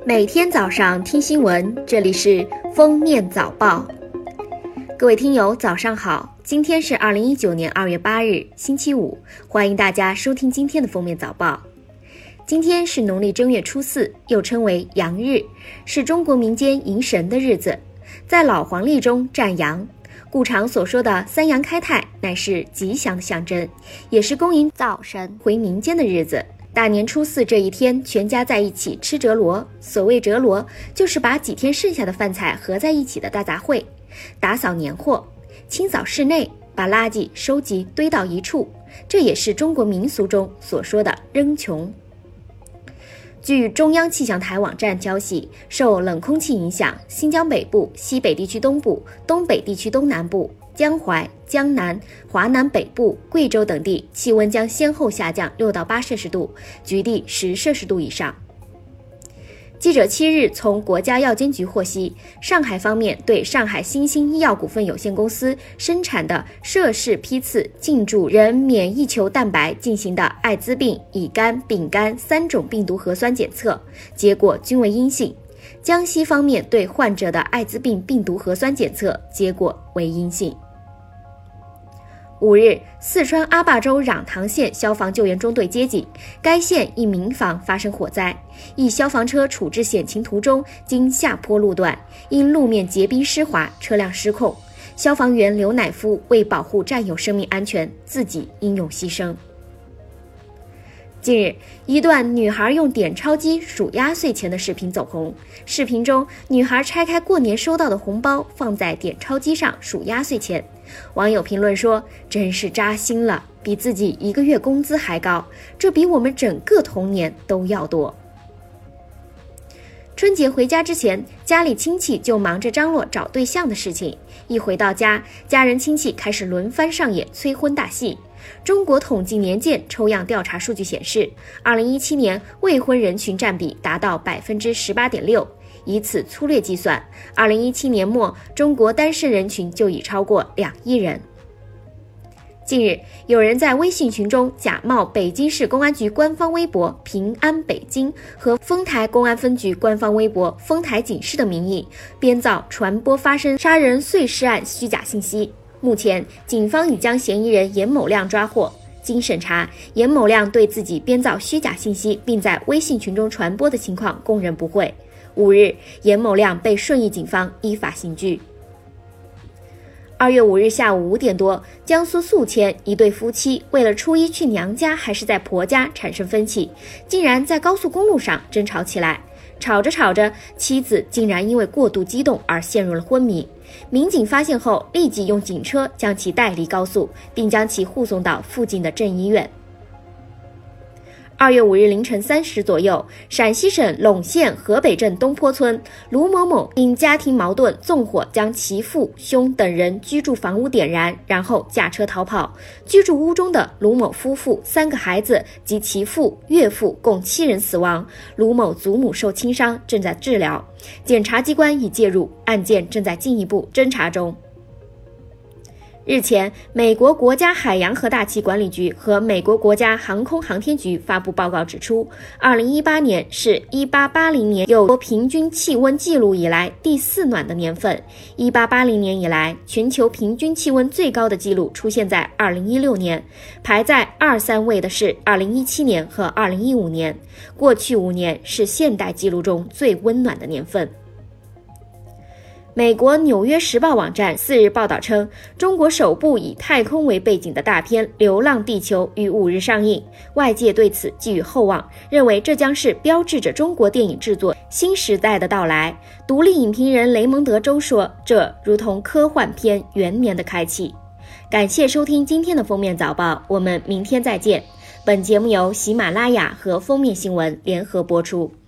每天早上听新闻，这里是封面早报。各位听友早上好，今天是2019年2月8日星期五，欢迎大家收听今天的封面早报。今天是农历正月初4，又称为阳日，是中国民间迎神的日子，在老黄历中占阳，故常所说的三阳开泰乃是吉祥的象征，也是恭迎灶神回民间的日子。大年初4这一天，全家在一起吃折罗。所谓折罗，就是把几天剩下的饭菜合在一起的大杂烩，打扫年货，清扫室内，把垃圾收集堆到一处，这也是中国民俗中所说的扔穷。据中央气象台网站消息，受冷空气影响，新疆北部、西北地区东部、东北地区东南部、江淮、江南、华南北部、贵州等地气温将先后下降6到8摄氏度，局地10摄氏度以上。记者7日从国家药监局获悉，上海方面对上海新兴医药股份有限公司生产的涉事批次进驻人免疫球蛋白进行的艾滋病、乙肝、丙肝3种病毒核酸检测，结果均为阴性。江西方面对患者的艾滋病病毒核酸检测结果为阴性。5日，四川阿坝州壤塘县消防救援中队接警，该县一民房发生火灾，一消防车处置险情途中经下坡路段，因路面结冰湿滑，车辆失控，消防员刘乃夫为保护战友生命安全，自己英勇牺牲。近日，一段女孩用点钞机数压岁钱的视频走红。视频中，女孩拆开过年收到的红包，放在点钞机上数压岁钱。网友评论说：“真是扎心了，比自己1个月工资还高，这比我们整个童年都要多。”春节回家之前，家里亲戚就忙着张罗找对象的事情。一回到家，家人亲戚开始轮番上演催婚大戏。中国统计年鉴抽样调查数据显示，2017年未婚人群占比达到18.6%，以此粗略计算，2017年末中国单身人群就已超过2亿人。近日，有人在微信群中假冒北京市公安局官方微博“平安北京”和丰台公安分局官方微博“丰台警示”的名义，编造传播发生杀人碎尸案虚假信息。目前，警方已将嫌疑人严某亮抓获。经审查，严某亮对自己编造虚假信息并在微信群中传播的情况供认不讳。5日，严某亮被顺义警方依法刑拘。2月5日下午5点多，江苏宿迁一对夫妻为了初一去娘家还是在婆家产生分歧，竟然在高速公路上争吵起来。吵着吵着，妻子竟然因为过度激动而陷入了昏迷。民警发现后，立即用警车将其带离高速，并将其护送到附近的镇医院。2月5日凌晨3时左右，陕西省陇县河北镇东坡村卢某某因家庭矛盾纵火将其父、兄等人居住房屋点燃，然后驾车逃跑。居住屋中的卢某夫妇3个孩子及其父、岳父共7人死亡，卢某祖母受轻伤，正在治疗。检察机关已介入，案件正在进一步侦查中。日前，美国国家海洋和大气管理局和美国国家航空航天局发布报告指出，2018年是1880年有平均气温记录以来第4暖的年份。1880年以来，全球平均气温最高的记录出现在2016年，排在2、3位的是2017年和2015年。过去5年是现代记录中最温暖的年份。美国《纽约时报》网站4日报道称，中国首部以太空为背景的大片《流浪地球》于5日上映，外界对此寄予厚望，认为这将是标志着中国电影制作新时代的到来。独立影评人雷蒙德·周说，这如同科幻片元年的开启。感谢收听今天的封面早报，我们明天再见。本节目由喜马拉雅和封面新闻联合播出。